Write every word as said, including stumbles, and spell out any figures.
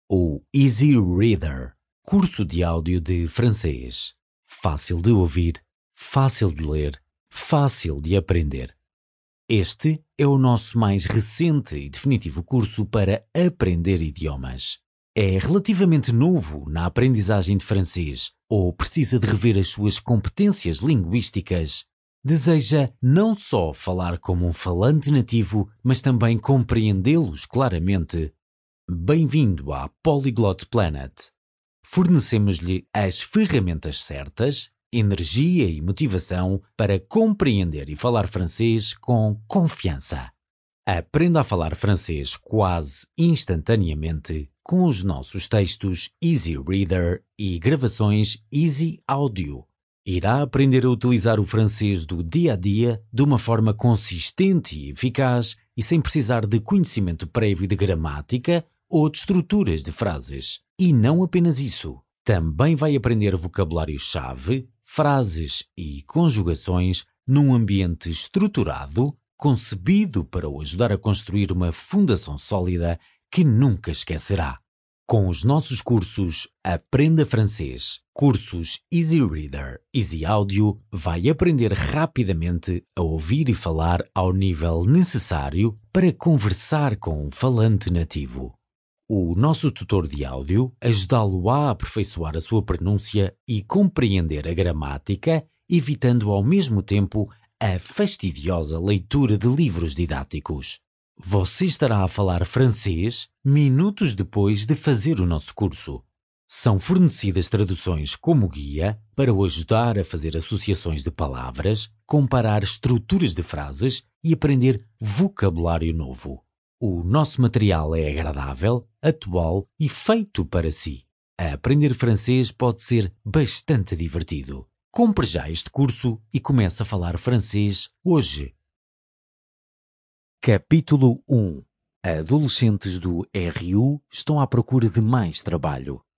O Easy Reader, curso de áudio de francês. Fácil de ouvir, fácil de ler, fácil de aprender. Este é o nosso mais recente e definitivo curso para aprender idiomas. É relativamente novo na aprendizagem de francês ou precisa de rever as suas competências linguísticas? Deseja não só falar como um falante nativo, mas também compreendê-los claramente? Bem-vindo à Polyglot Planet. Fornecemos-lhe as ferramentas certas, energia e motivação para compreender e falar francês com confiança. Aprenda a falar francês quase instantaneamente com os nossos textos Easy Reader e gravações Easy Audio. Irá aprender a utilizar o francês do dia a dia de uma forma consistente e eficaz e sem precisar de conhecimento prévio de gramática ou de estruturas de frases. E não apenas isso. Também vai aprender vocabulário-chave, frases e conjugações num ambiente estruturado, concebido para o ajudar a construir uma fundação sólida que nunca esquecerá. Com os nossos cursos Aprenda Francês, cursos Easy Reader, Easy Audio, vai aprender rapidamente a ouvir e falar ao nível necessário para conversar com um falante nativo. O nosso tutor de áudio ajudá-lo a aperfeiçoar a sua pronúncia e compreender a gramática, evitando ao mesmo tempo a fastidiosa leitura de livros didáticos. Você estará a falar francês minutos depois de fazer o nosso curso. São fornecidas traduções como guia para o ajudar a fazer associações de palavras, comparar estruturas de frases e aprender vocabulário novo. O nosso material é agradável, atual e feito para si. Aprender francês pode ser bastante divertido. Compre já este curso e comece a falar francês hoje. Capítulo um. Adolescentes do R U estão à procura de mais trabalho.